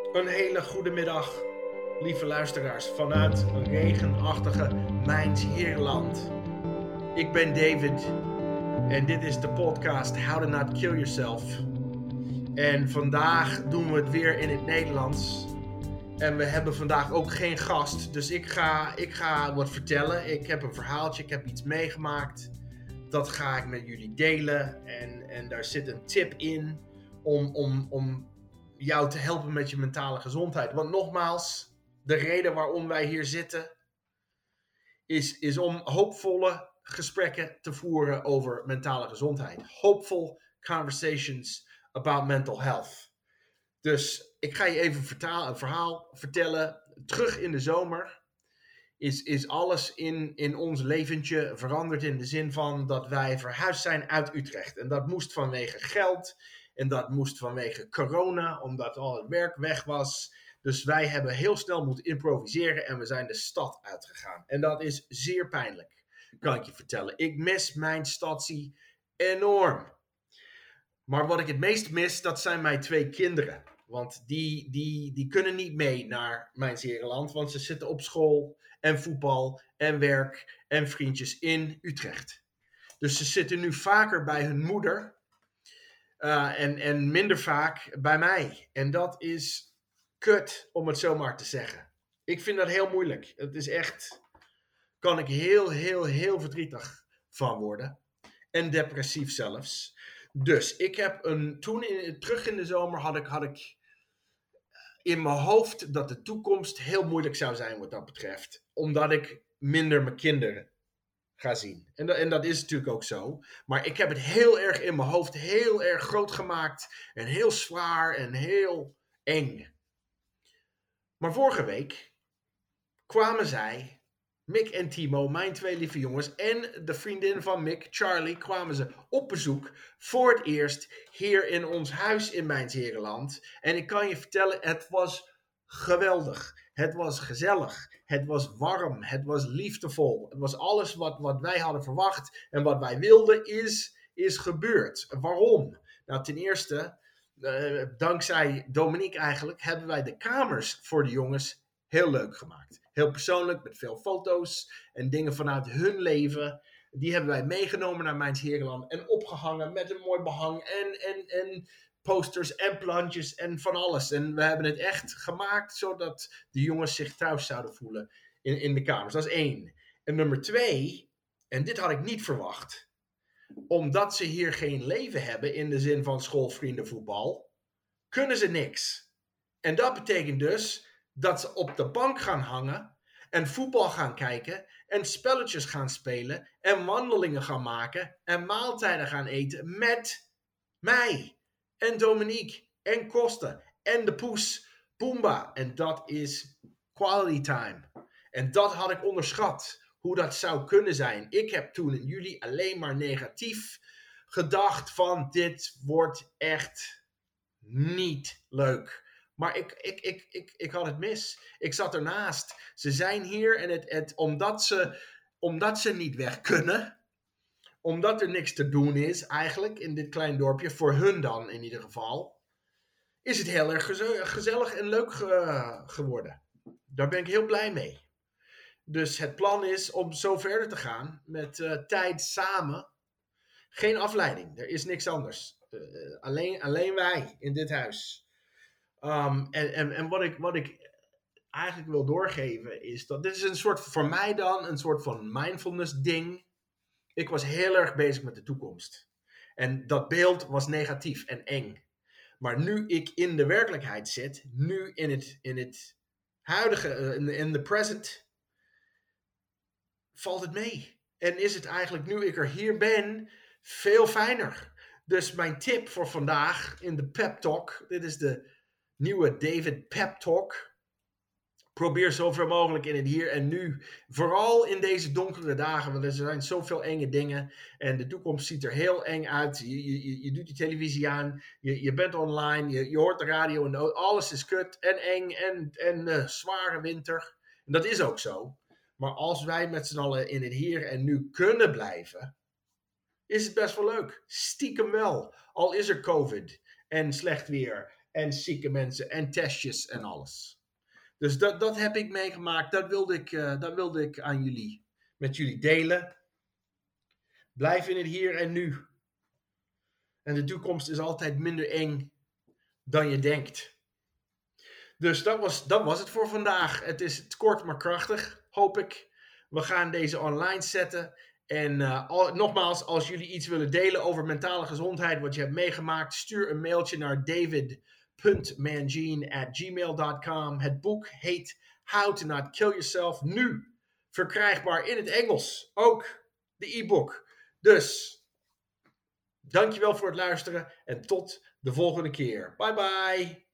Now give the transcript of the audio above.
Een hele goede middag, lieve luisteraars, vanuit een regenachtige Mijns-Heerland. Ik ben David en dit is de podcast How to Not Kill Yourself. En vandaag doen we het weer in het Nederlands. En we hebben vandaag ook geen gast, dus ik ga wat vertellen. Ik heb een verhaaltje, ik heb iets meegemaakt. Dat ga ik met jullie delen en daar zit een tip in om jou te helpen met je mentale gezondheid. Want nogmaals, de reden waarom wij hier zitten is om hoopvolle gesprekken te voeren over mentale gezondheid. Hopeful conversations about mental health. Dus ik ga je even een verhaal vertellen. Terug in de zomer is alles in ons leventje veranderd in de zin van dat wij verhuisd zijn uit Utrecht. En dat moest vanwege geld en dat moest vanwege corona, omdat al het werk weg was. Dus wij hebben heel snel moeten improviseren en we zijn de stad uitgegaan. En dat is zeer pijnlijk, kan ik je vertellen. Ik mis mijn stadsie enorm. Maar wat ik het meest mis, dat zijn mijn 2 kinderen. Want die kunnen niet mee naar Mijns-Heerland, want ze zitten op school en voetbal en werk en vriendjes in Utrecht. Dus ze zitten nu vaker bij hun moeder en minder vaak bij mij. En dat is kut, om het zo maar te zeggen. Ik vind dat heel moeilijk. Het is echt, kan ik heel verdrietig van worden. En depressief zelfs. Dus ik heb terug in de zomer had ik in mijn hoofd dat de toekomst heel moeilijk zou zijn wat dat betreft. Omdat ik minder mijn kinderen ga zien. En dat is natuurlijk ook zo. Maar ik heb het heel erg in mijn hoofd heel erg groot gemaakt. En heel zwaar en heel eng. Maar vorige week kwamen zij, Mick en Timo, mijn 2 lieve jongens, en de vriendin van Mick, Charlie, kwamen ze op bezoek voor het eerst hier in ons huis in Mijns-Heerland. En ik kan je vertellen, het was geweldig. Het was gezellig. Het was warm. Het was liefdevol. Het was alles wat wij hadden verwacht en wat wij wilden is gebeurd. Waarom? Nou, ten eerste, dankzij Dominique eigenlijk, hebben wij de kamers voor de jongens heel leuk gemaakt. Heel persoonlijk, met veel foto's en dingen vanuit hun leven. Die hebben wij meegenomen naar Mijns-Heerland en opgehangen met een mooi behang en posters en plantjes en van alles. En we hebben het echt gemaakt zodat de jongens zich thuis zouden voelen in de kamers. Dat is 1. En nummer 2, en dit had ik niet verwacht, omdat ze hier geen leven hebben in de zin van schoolvriendenvoetbal, kunnen ze niks. En dat betekent dus dat ze op de bank gaan hangen en voetbal gaan kijken en spelletjes gaan spelen en wandelingen gaan maken en maaltijden gaan eten met mij en Dominique en Koste en de poes Pumba. En dat is quality time. En dat had ik onderschat, hoe dat zou kunnen zijn. Ik heb toen in juli alleen maar negatief gedacht van dit wordt echt niet leuk. Maar ik had het mis. Ik zat ernaast. Ze zijn hier en omdat ze niet weg kunnen, omdat er niks te doen is eigenlijk in dit klein dorpje, voor hun dan in ieder geval, is het heel erg gezellig en leuk geworden. Daar ben ik heel blij mee. Dus het plan is om zo verder te gaan met tijd samen. Geen afleiding, er is niks anders. Alleen wij in dit huis. En wat ik eigenlijk wil doorgeven is dat dit is een soort, voor mij dan, een soort van mindfulness ding. Ik was heel erg bezig met de toekomst. En dat beeld was negatief en eng. Maar nu ik in de werkelijkheid zit, nu in het huidige, in de present, valt het mee. En is het eigenlijk, nu ik er hier ben, veel fijner. Dus mijn tip voor vandaag in de Pep Talk, dit is de nieuwe David Pep Talk. Probeer zoveel mogelijk in het hier en nu. Vooral in deze donkere dagen, want er zijn zoveel enge dingen. En de toekomst ziet er heel eng uit. Je doet die televisie aan, je bent online, je hoort de radio en alles is kut en eng en zware winter. En dat is ook zo. Maar als wij met z'n allen in het hier en nu kunnen blijven, is het best wel leuk. Stiekem wel. Al is er COVID en slecht weer en zieke mensen en testjes en alles. Dus dat heb ik meegemaakt. Dat wilde ik met jullie delen. Blijf in het hier en nu. En de toekomst is altijd minder eng dan je denkt. Dus dat was het voor vandaag. Het is kort maar krachtig, hoop ik. We gaan deze online zetten. En nogmaals, als jullie iets willen delen over mentale gezondheid, wat je hebt meegemaakt, stuur een mailtje naar david.mangine@gmail.com. Het boek heet How to Not Kill Yourself. Nu verkrijgbaar in het Engels. Ook de e-book. Dus, dankjewel voor het luisteren en tot de volgende keer. Bye bye.